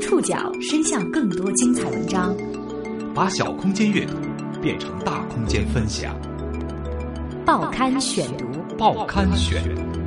触角伸向更多精彩文章， 把小空间阅读变成大空间分享。 报刊选读， 报刊选。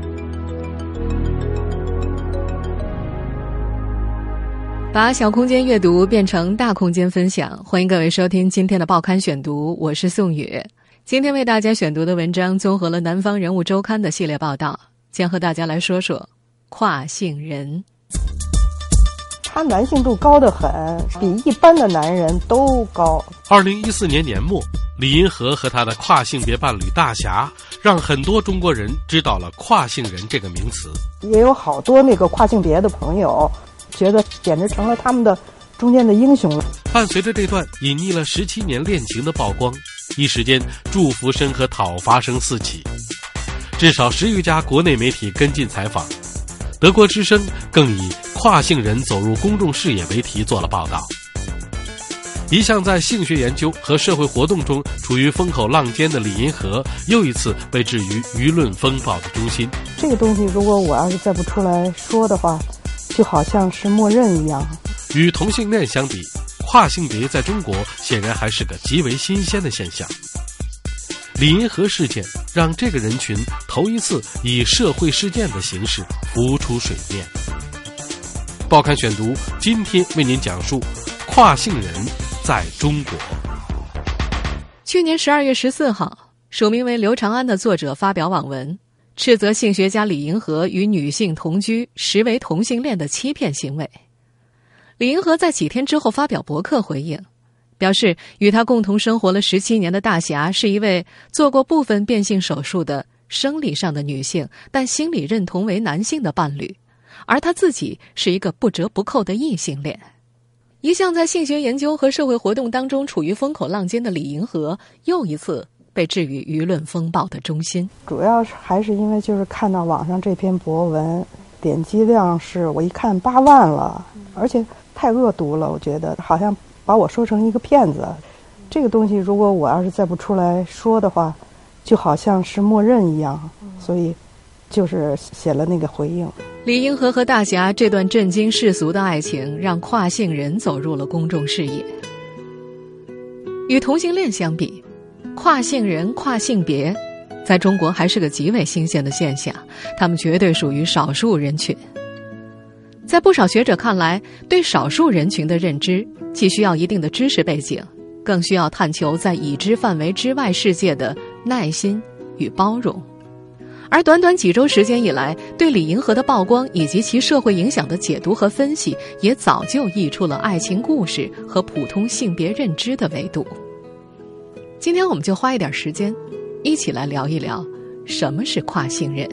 把小空间阅读变成大空间分享，欢迎各位收听今天的报刊选读，我是宋宇。今天为大家选读的文章综合了南方人物周刊的系列报道，将和大家来说说跨性人。 他男性度高得很，比一般的男人都高。 2014年年末，李银河和他的跨性别伴侣大侠，让很多中国人知道了跨性人这个名词。 也有好多那个跨性别的朋友，觉得简直成了他们的中间的英雄了。 伴随着这段隐匿了17年恋情的曝光，一时间祝福声和讨伐声四起，至少10余家国内媒体跟进采访。德国之声更以跨性人走入公众视野为题做了报道。一向在性学研究和社会活动中处于风口浪尖的李银河，又一次被置于舆论风暴的中心。 这个东西如果我要是再不出来说的话，就好像是默认一样。 与同性恋相比，跨性别在中国显然还是个极为新鲜的现象。李银河事件让这个人群头一次以社会事件的形式浮出水面。报刊选读今天为您讲述跨性人在中国。 去年12月14号，署名为刘长安的作者发表网文，斥责性学家李银河与女性同居实为同性恋的欺骗行为。李银河在几天之后发表博客回应，表示与他共同生活了17年的大侠是一位做过部分变性手术的生理上的女性，但心理认同为男性的伴侣，而他自己是一个不折不扣的异性恋。一向在性学研究和社会活动当中处于风口浪尖的李银河，又一次被置于舆论风暴的中心。 主要还是因为就是看到网上这篇博文，点击量是我一看8万了，而且太恶毒了，我觉得好像把我说成一个骗子。这个东西如果我要是再不出来说的话，就好像是默认一样，所以就是写了那个回应。 李银河和大侠这段震惊世俗的爱情，让跨性人走入了公众视野。与同性恋相比，跨性人、跨性别在中国还是个极为新鲜的现象，他们绝对属于少数人群。在不少学者看来，对少数人群的认知既需要一定的知识背景，更需要探求在已知范围之外世界的耐心与包容。而短短几周时间以来，对李银河的曝光以及其社会影响的解读和分析，也早就溢出了爱情故事和普通性别认知的维度。今天我们就花一点时间，一起来聊一聊什么是跨性人。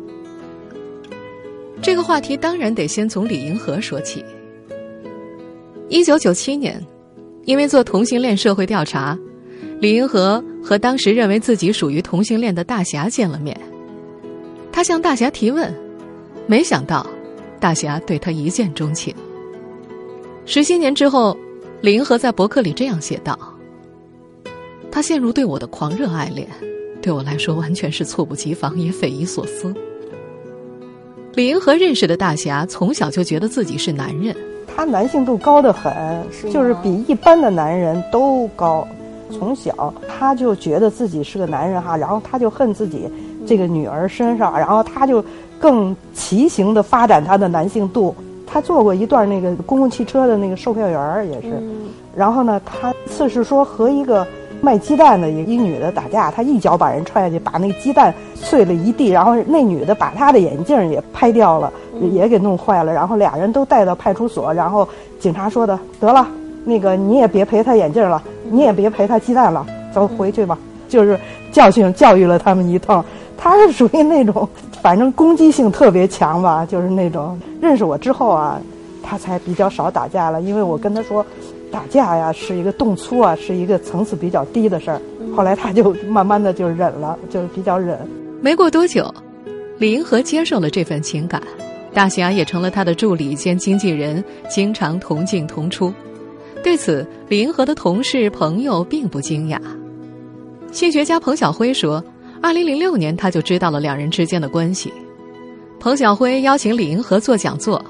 这个话题当然得先从李银河说起。1997年，因为做同性恋社会调查，李银河和当时认为自己属于同性恋的大侠见了面。他向大侠提问，没想到大侠对他一见钟情。17年之后，李银河在博客里这样写道：他陷入对我的狂热爱恋，对我来说完全是猝不及防，也匪夷所思。李银河认识的大侠从小就觉得自己是男人， 他男性度高得很，就是比一般的男人都高。从小他就觉得自己是个男人哈，然后他就恨自己这个女儿身上，然后他就更奇形的发展他的男性度。他做过一段那个公共汽车的那个售票员也是，然后呢，他次是说和一个卖鸡蛋的一女的打架，他一脚把人踹下去，把那个鸡蛋碎了一地，然后那女的把他的眼镜也拍掉了，也给弄坏了，然后俩人都带到派出所，然后警察说的，得了，那个你也别赔他眼镜了，你也别赔他鸡蛋了，走回去吧，就是教育了他们一通。他是属于那种反正攻击性特别强吧，就是那种认识我之后啊，他才比较少打架了，因为我跟他说打架呀是一个动粗啊，是一个层次比较低的事儿。后来他就慢慢的就忍了，就是比较忍。 没过多久，李银河接受了这份情感，大侠也成了他的助理兼经纪人，经常同进同出。对此，李银河的同事朋友并不惊讶。性学家彭晓辉说，2006年他就知道了两人之间的关系。彭晓辉邀请李银河做讲座，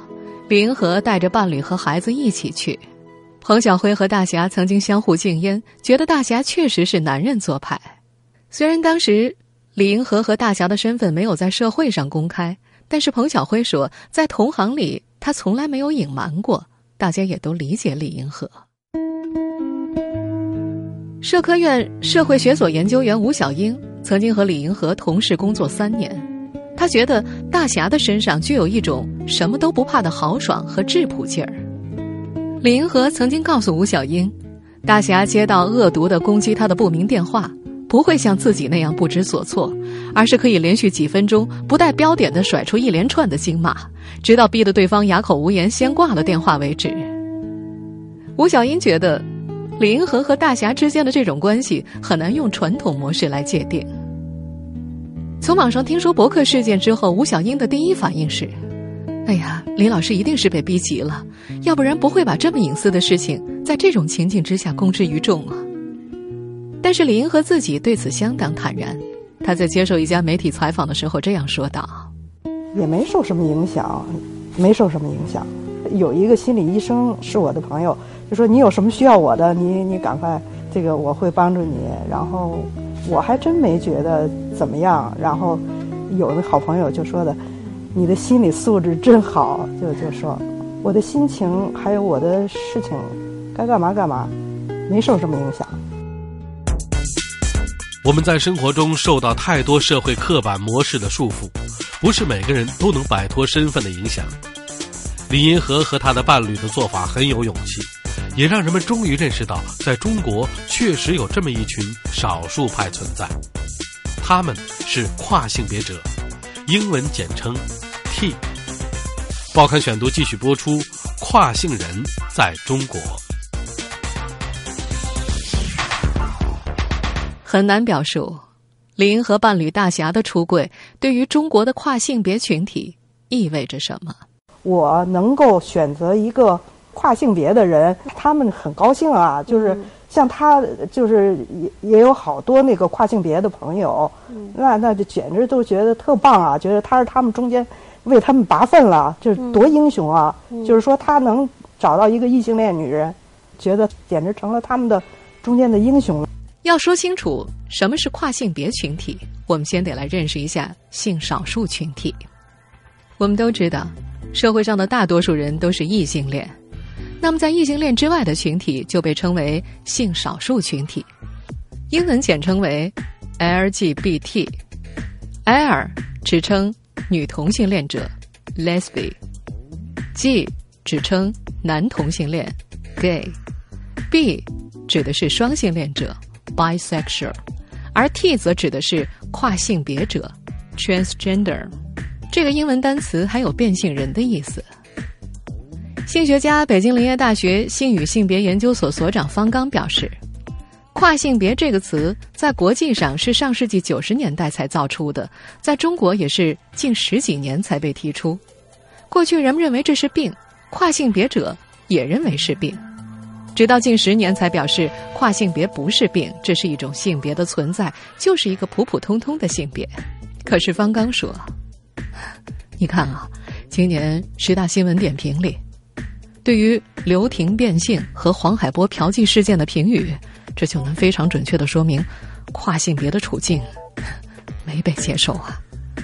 李银河带着伴侣和孩子一起去。彭小辉和大侠曾经相互敬烟，觉得大侠确实是男人做派。虽然当时李银河和大侠的身份没有在社会上公开，但是彭小辉说，在同行里他从来没有隐瞒过，大家也都理解李银河。社科院社会学所研究员吴小英曾经和李银河同事工作3年，他觉得大侠的身上具有一种什么都不怕的豪爽和质朴劲儿。李银河曾经告诉吴小英，大侠接到恶毒的攻击他的不明电话，不会像自己那样不知所措，而是可以连续几分钟不带标点地甩出一连串的惊骂，直到逼得对方哑口无言先挂了电话为止。吴小英觉得李银河和大侠之间的这种关系很难用传统模式来界定。从网上听说博客事件之后，吴小英的第一反应是，哎呀，李老师一定是被逼急了，要不然不会把这么隐私的事情在这种情境之下公之于众啊。但是李银河自己对此相当坦然，他在接受一家媒体采访的时候这样说道： 也没受什么影响，没受什么影响。有一个心理医生是我的朋友，就说你有什么需要我的，你赶快，这个我会帮助你。然后我还真没觉得怎么样。然后有的好朋友就说的，你的心理素质真好，就说我的心情还有我的事情该干嘛干嘛，没受什么影响。 我们在生活中受到太多社会刻板模式的束缚，不是每个人都能摆脱身份的影响。李银河和他的伴侣的做法很有勇气，也让人们终于认识到，在中国确实有这么一群少数派存在，他们是跨性别者，英文简称 T。 报刊选读继续播出，跨性人在中国。 很难表述李银河伴侣大侠的出柜对于中国的跨性别群体意味着什么。 我能够选择一个跨性别的人，他们很高兴啊，就是像他就是也有好多那个跨性别的朋友，那就简直都觉得特棒啊，觉得他是他们中间为他们拔粪了，就是多英雄啊，就是说他能找到一个异性恋女人，觉得简直成了他们的中间的英雄了。 要说清楚什么是跨性别群体，我们先得来认识一下性少数群体。我们都知道社会上的大多数人都是异性恋，那么在异性恋之外的群体就被称为性少数群体，英文简称为 LGBT。L 指称女同性恋者 Lesbian，G 指称男同性恋 Gay，B 指的是双性恋者 Bisexual， 而 T 则指的是跨性别者 Transgender。这个英文单词还有变性人的意思。性学家、北京林业大学性与性别研究所所长方刚表示，跨性别这个词在国际上是上世纪90年代才造出的，在中国也是近10几年才被提出。过去人们认为这是病，跨性别者也认为是病，直到近10年才表示跨性别不是病，这是一种性别的存在，就是一个普普通通的性别。可是方刚说，你看啊，今年10大新闻点评里，对于刘婷变性和黄海波嫖妓事件的评语，这就能非常准确地说明跨性别的处境没被接受啊。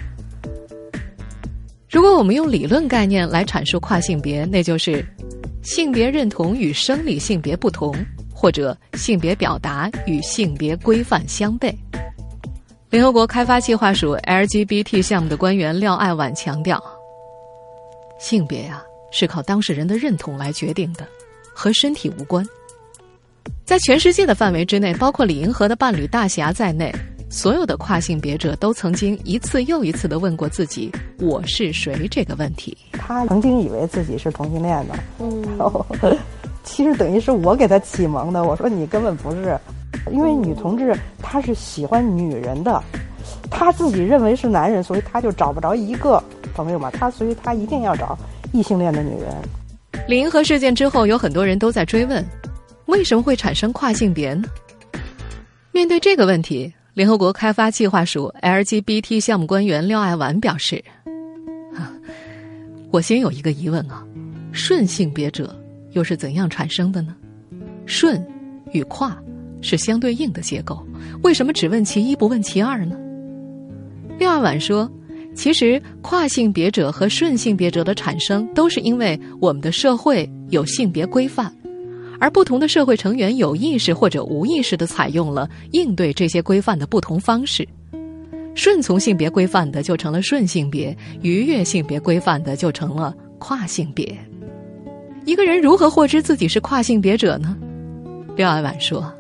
如果我们用理论概念来阐述跨性别，那就是性别认同与生理性别不同，或者性别表达与性别规范相悖。联合国开发计划署 LGBT 项目的官员廖爱婉强调，性别啊是靠当事人的认同来决定的，和身体无关。在全世界的范围之内，包括李银河的伴侣大侠在内，所有的跨性别者都曾经一次又一次地问过自己我是谁这个问题。 他曾经以为自己是同性恋的，然后其实等于是我给他启蒙的，我说你根本不是。因为女同志她是喜欢女人的，她自己认为是男人，所以她就找不着一个朋友嘛，所以她一定要找异性恋的女人。 李银河事件之后，有很多人都在追问，为什么会产生跨性别呢？面对这个问题，联合国开发计划署 LGBT 项目官员廖爱婉表示，我先有一个疑问啊， 顺性别者又是怎样产生的呢？顺与跨是相对应的结构，为什么只问其一不问其二呢？廖二婉说，其实跨性别者和顺性别者的产生都是因为我们的社会有性别规范，而不同的社会成员有意识或者无意识地采用了应对这些规范的不同方式。顺从性别规范的就成了顺性别，逾越性别规范的就成了跨性别。一个人如何获知自己是跨性别者呢？廖二婉说，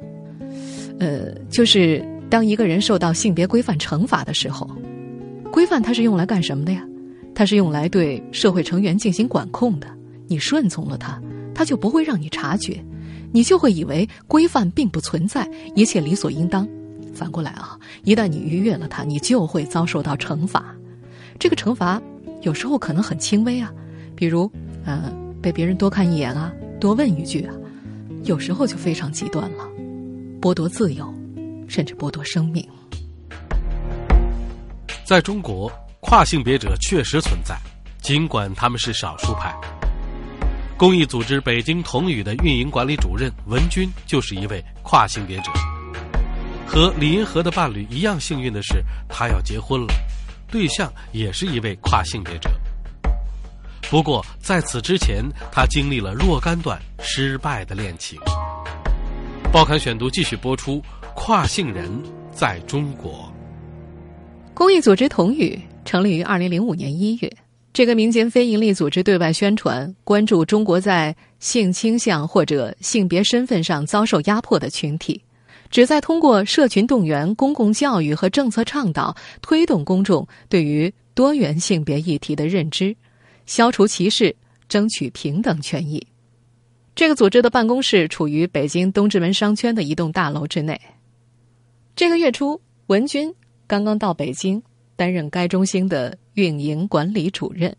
就是当一个人受到性别规范惩罚的时候，规范它是用来干什么的呀？它是用来对社会成员进行管控的。你顺从了它，它就不会让你察觉，你就会以为规范并不存在，一切理所应当。反过来啊，一旦你逾越了它，你就会遭受到惩罚。这个惩罚有时候可能很轻微啊，比如被别人多看一眼啊，多问一句啊，有时候就非常极端了，剥夺自由，甚至剥夺生命。 在中国，跨性别者确实存在，尽管他们是少数派。公益组织北京童语的运营管理主任文军就是一位跨性别者。和李银河的伴侣一样幸运的是，他要结婚了，对象也是一位跨性别者。不过在此之前，他经历了若干段失败的恋情。报刊选读继续播出，跨性人在中国。 公益组织童语成立于2005年1月，这个民间非营利组织对外宣传，关注中国在性倾向或者性别身份上遭受压迫的群体，旨在通过社群动员、公共教育和政策倡导，推动公众对于多元性别议题的认知，消除歧视，争取平等权益。这个组织的办公室处于北京东直门商圈的一栋大楼之内。这个月初，文军刚刚到北京，担任该中心的运营管理主任。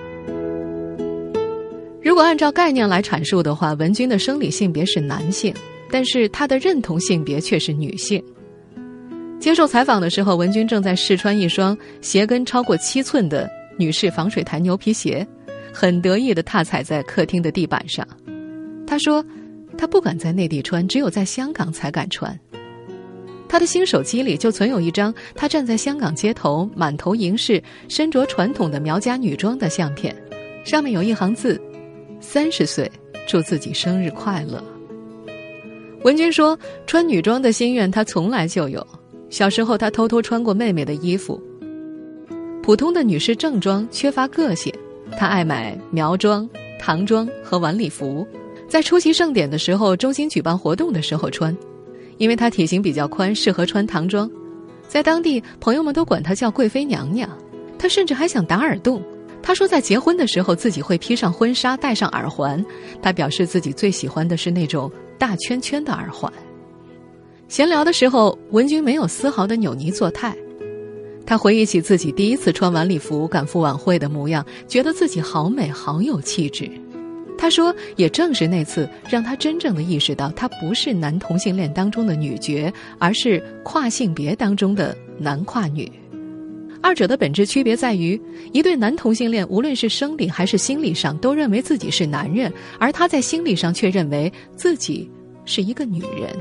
如果按照概念来阐述的话，文军的生理性别是男性，但是他的认同性别却是女性。接受采访的时候，文军正在试穿一双鞋跟超过7寸的女士防水弹牛皮鞋，很得意地踏踩在客厅的地板上。他说，他不敢在内地穿，只有在香港才敢穿。他的新手机里就存有一张他站在香港街头，满头银饰，身着传统的苗家女装的相片，上面有一行字：30岁，祝自己生日快乐。文军说，穿女装的心愿他从来就有。小时候他偷偷穿过妹妹的衣服。普通的女士正装缺乏个性，他爱买苗装、唐装和晚礼服，在出席盛典的时候，中心举办活动的时候穿。因为她体型比较宽，适合穿唐装，在当地朋友们都管她叫贵妃娘娘。她甚至还想打耳洞。她说在结婚的时候自己会披上婚纱，戴上耳环。她表示自己最喜欢的是那种大圈圈的耳环。闲聊的时候，文军没有丝毫的扭捏作态。她回忆起自己第一次穿晚礼服赶赴晚会的模样，觉得自己好美，好有气质。他说，也正是那次让他真正的意识到，他不是男同性恋当中的女角，而是跨性别当中的男跨女。二者的本质区别在于，一对男同性恋无论是生理还是心理上都认为自己是男人，而他在心理上却认为自己是一个女人。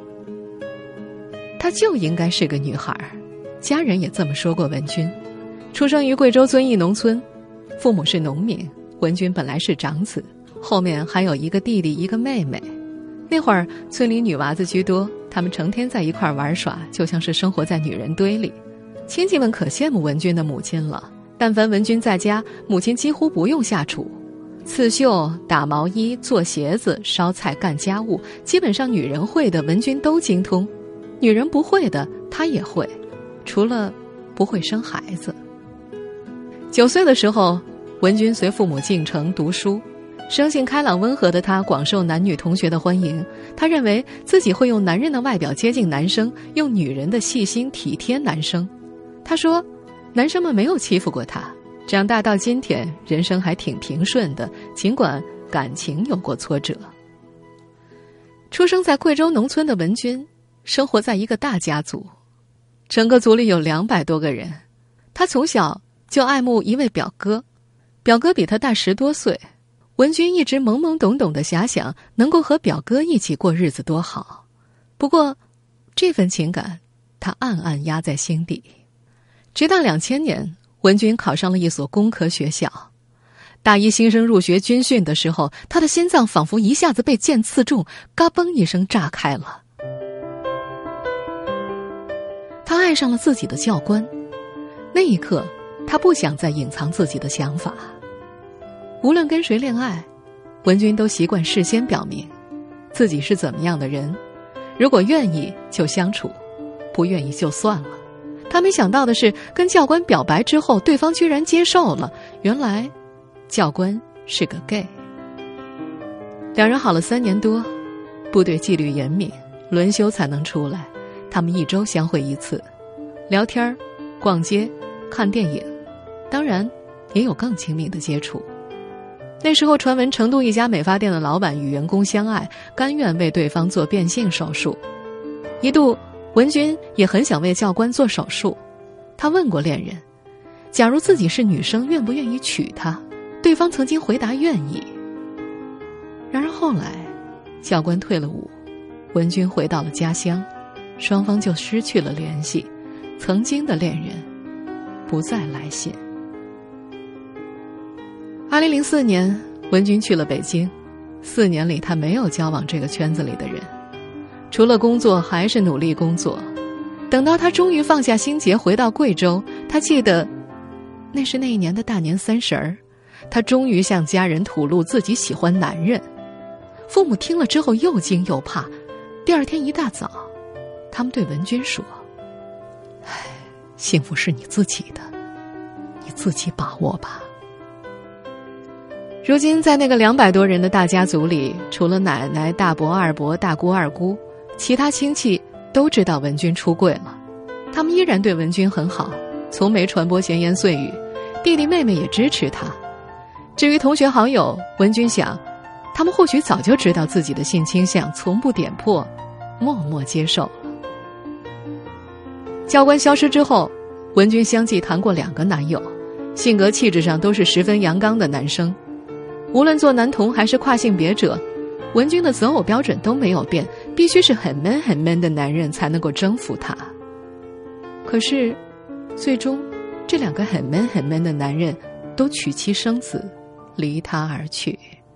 她就应该是个女孩，家人也这么说过文军。出生于贵州遵义农村，父母是农民，文军本来是长子，后面还有一个弟弟一个妹妹。那会儿村里女娃子居多，她们成天在一块玩耍，就像是生活在女人堆里。亲戚们可羡慕文军的母亲了，但凡文军在家，母亲几乎不用下厨，刺绣、打毛衣、做鞋子、烧菜、干家务，基本上女人会的文军都精通，女人不会的她也会，除了不会生孩子。9岁的时候，文军随父母进城读书，生性开朗温和的他广受男女同学的欢迎。他认为自己会用男人的外表接近男生，用女人的细心体贴男生。他说，男生们没有欺负过他，长大到今天，人生还挺平顺的，尽管感情有过挫折。出生在贵州农村的文军，生活在一个大家族，整个族里有200多个人。他从小就爱慕一位表哥，表哥比他大10多岁。 文君一直懵懵懂懂地遐想能够和表哥一起过日子多好，不过这份情感他暗暗压在心底。直到2000年，文君考上了一所工科学校。大一新生入学军训的时候，他的心脏仿佛一下子被剑刺中，嘎嘣一声炸开了。他爱上了自己的教官，那一刻他不想再隐藏自己的想法。无论跟谁恋爱，文君都习惯事先表明自己是怎么样的人，如果愿意就相处，不愿意就算了。他没想到的是，跟教官表白之后，对方居然接受了，原来教官是个 gay。 两人好了3年多，部队纪律严明，轮休才能出来，他们1周相会1次，聊天、逛街、看电影，当然也有更亲密的接触。那时候传闻成都一家美发店的老板与员工相爱，甘愿为对方做变性手术。一度文君也很想为教官做手术，他问过恋人，假如自己是女生，愿不愿意娶她？对方曾经回答愿意。然而后来教官退了伍，文君回到了家乡，双方就失去了联系，曾经的恋人不再来信。2004年，文君去了北京，4年里他没有交往这个圈子里的人，除了工作还是努力工作。等到他终于放下心结回到贵州，他记得那是那一年的大年30，他终于向家人吐露自己喜欢男人。父母听了之后又惊又怕。第2天一大早，他们对文君说：幸福是你自己的，你自己把握吧。如今在那个200多人的大家族里，除了奶奶、大伯、二伯、大姑、二姑，其他亲戚都知道文君出柜了。他们依然对文君很好，从没传播闲言碎语，弟弟妹妹也支持他。至于同学好友，文君想他们或许早就知道自己的性倾向，从不点破，默默接受了。教官消失之后，文君相继谈过2个男友，性格气质上都是十分阳刚的男生。无论做男童还是跨性别者，文君的择偶标准都没有变，必须是很 man 很 man 的男人才能够征服她。可是最终这2个很 man 很 man 的男人都娶妻生子，离她而去。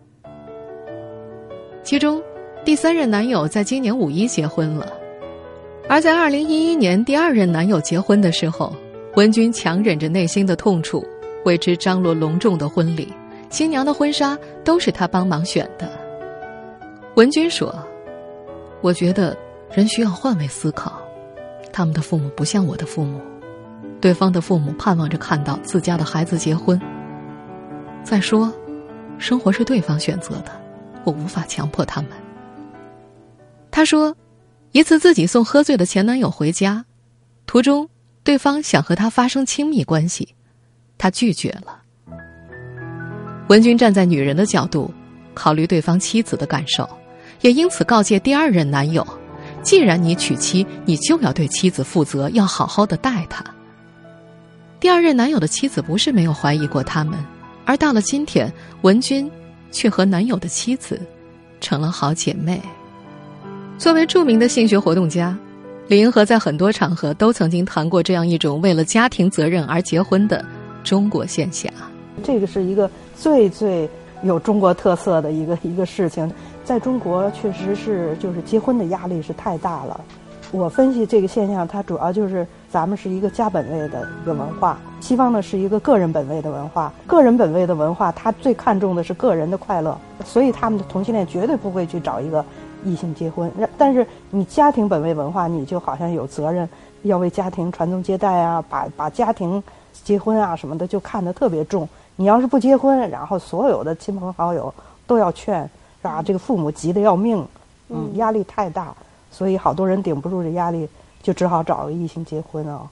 其中第3任男友在今年5一结婚了，而在2011年第2任男友结婚的时候，文君强忍着内心的痛楚，为之张罗隆重的婚礼，新娘的婚纱都是他帮忙选的。文君说：我觉得人需要换位思考，他们的父母不像我的父母，对方的父母盼望着看到自家的孩子结婚。再说，生活是对方选择的，我无法强迫他们。他说，一次自己送喝醉的前男友回家，途中对方想和他发生亲密关系，他拒绝了。文君站在女人的角度，考虑对方妻子的感受，也因此告诫第2任男友，既然你娶妻，你就要对妻子负责，要好好的待她。第2任男友的妻子不是没有怀疑过他们，而到了今天，文君却和男友的妻子成了好姐妹。作为著名的性学活动家，李银河在很多场合都曾经谈过这样一种为了家庭责任而结婚的中国现象。 这个是一个最有中国特色的一个事情，在中国确实是就是结婚的压力是太大了。我分析这个现象，它主要就是咱们是一个家本位的一个文化，西方呢是一个个人本位的文化。个人本位的文化，它最看重的是个人的快乐，所以他们的同性恋绝对不会去找一个异性结婚。但是你家庭本位文化，你就好像有责任要为家庭传宗接代啊，把家庭结婚啊什么的就看得特别重。你要是不结婚，然后所有的亲朋好友都要劝，是吧？这个父母急得要命，压力太大，所以好多人顶不住这压力，就只好找个异性结婚啊。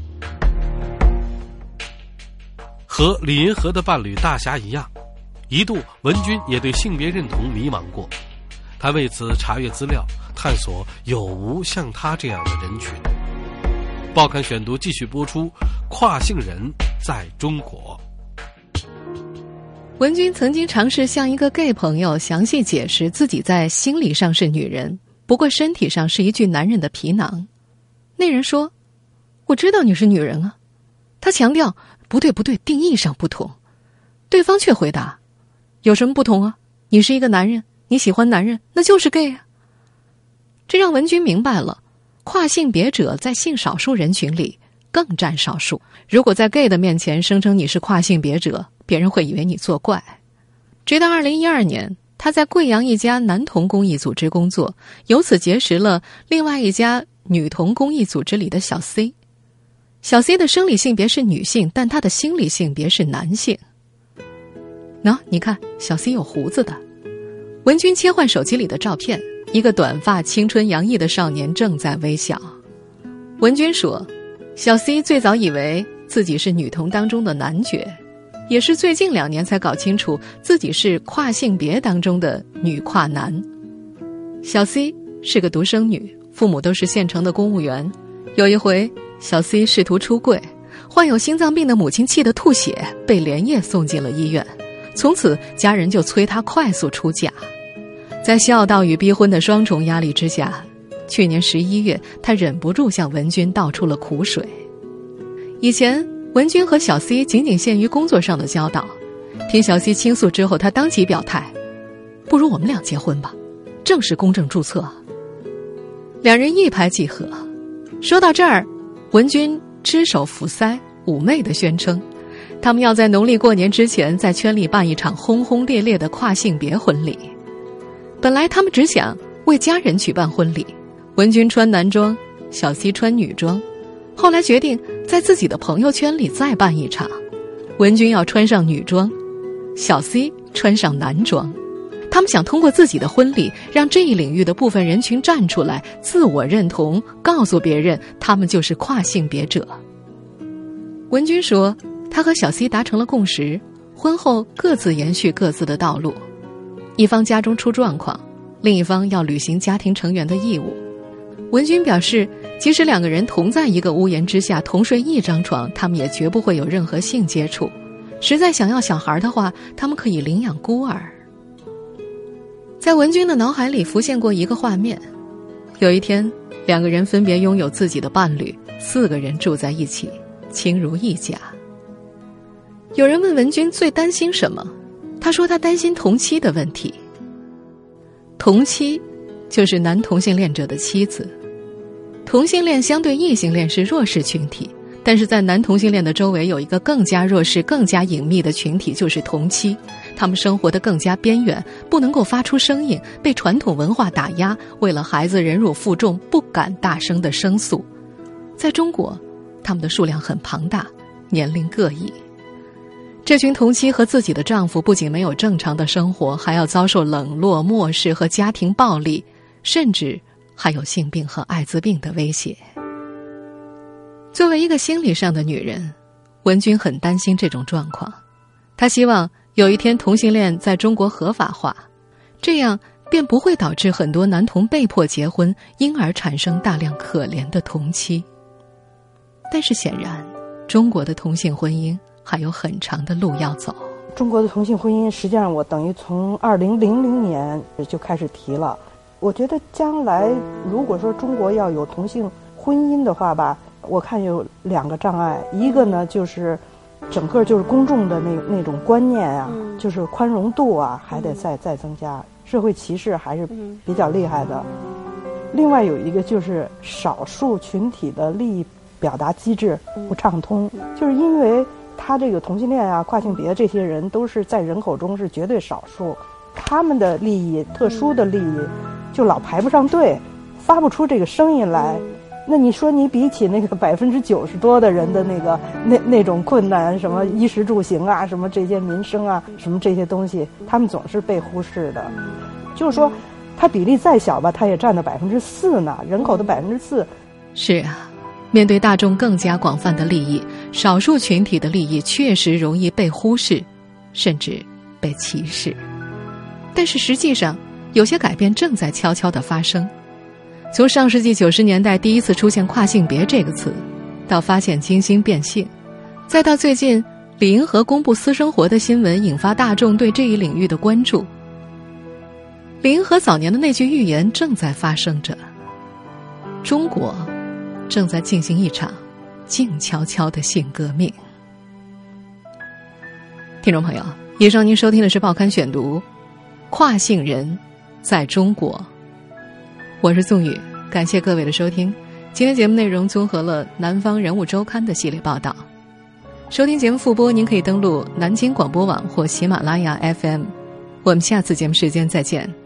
和李银河的伴侣大侠一样，一度文君也对性别认同迷茫过，他为此查阅资料，探索有无像他这样的人群。报刊选读继续播出，跨性人在中国。 文君曾经尝试向一个 gay 朋友详细解释自己在心理上是女人，不过身体上是一具男人的皮囊。那人说：“我知道你是女人啊。”他强调：“不对，定义上不同。”对方却回答：“有什么不同啊？你是一个男人，你喜欢男人，那就是 gay 啊。”这让文君明白了，跨性别者在性少数人群里更占少数。如果在 gay 的面前声称你是跨性别者，别人会以为你作怪。直到2012年，他在贵阳一家男童公益组织工作，由此结识了另外一家女童公益组织里的小 C。 小 C 的生理性别是女性，但她的心理性别是男性。你看小 C 有胡子的。文君切换手机里的照片，一个短发青春洋溢的少年正在微笑。文君说，小 C 最早以为自己是女童当中的男角，也是最近2年才搞清楚自己是跨性别当中的女跨男。小 C 是个独生女，父母都是县城的公务员。有一回，小 C 试图出柜，患有心脏病的母亲气得吐血，被连夜送进了医院。从此家人就催她快速出嫁。在孝道与逼婚的双重压力之下，去年11月，她忍不住向文君道出了苦水。以前文君和小 C 仅仅限于工作上的交道，听小 C 倾诉之后，她当即表态：不如我们俩结婚吧，正式公证注册。两人一拍即合。说到这儿，文君只手扶腮，妩媚地宣称，他们要在农历过年之前在圈里办一场轰轰烈烈的跨性别婚礼。本来他们只想为家人举办婚礼，文君穿男装，小 C 穿女装。后来决定在自己的朋友圈里再办一场，文君要穿上女装，小 C 穿上男装。他们想通过自己的婚礼，让这一领域的部分人群站出来，自我认同，告诉别人他们就是跨性别者。文君说，他和小 C 达成了共识，婚后各自延续各自的道路。一方家中出状况，另一方要履行家庭成员的义务。文君表示，即使2个人同在一个屋檐之下，同睡一张床，他们也绝不会有任何性接触。实在想要小孩的话，他们可以领养孤儿。在文君的脑海里浮现过一个画面，有一天2个人分别拥有自己的伴侣，4个人住在一起，亲如一家。有人问文君最担心什么，他说他担心同妻的问题。同妻就是男同性恋者的妻子。同性恋相对异性恋是弱势群体，但是在男同性恋的周围有一个更加弱势、更加隐秘的群体，就是同妻。他们生活得更加边缘，不能够发出声音，被传统文化打压，为了孩子忍辱负重，不敢大声地申诉。在中国，他们的数量很庞大，年龄各异。这群同妻和自己的丈夫不仅没有正常的生活，还要遭受冷落、漠视和家庭暴力，甚至还有性病和艾滋病的威胁。作为一个心理上的女人，文君很担心这种状况。她希望有一天同性恋在中国合法化，这样便不会导致很多男童被迫结婚，因而产生大量可怜的同妻。但是显然，中国的同性婚姻还有很长的路要走。 中国的同性婚姻，实际上我等于从2000年就开始提了。我觉得将来如果说中国要有同性婚姻的话吧，我看有2个障碍。一个呢，就是整个就是公众的那种观念啊，就是宽容度啊，还得再增加。社会歧视还是比较厉害的。另外有一个就是少数群体的利益表达机制不畅通，就是因为他这个同性恋啊、跨性别这些人都是在人口中是绝对少数，他们的利益、特殊的利益就老排不上队，发不出这个声音来。那你说你比起那个90%多的人的那种困难，什么衣食住行啊，什么这些民生啊，什么这些东西，他们总是被忽视的。就是说，它比例再小吧，它也占到4%呢，人口的4%。 是啊，面对大众更加广泛的利益，少数群体的利益确实容易被忽视，甚至被歧视。但是实际上，有些改变正在悄悄地发生。从上世纪90年代第一次出现跨性别这个词，到发现精心变性，再到最近李银河公布私生活的新闻引发大众对这一领域的关注。李银河早年的那句预言正在发生着，中国正在进行一场静悄悄的性革命。听众朋友，以上您收听的是报刊选读，跨性人在中国，我是宋宇，感谢各位的收听。今天节目内容综合了南方人物周刊的系列报道。收听节目复播，您可以登录南京广播网或喜马拉雅 FM。我们下次节目时间再见。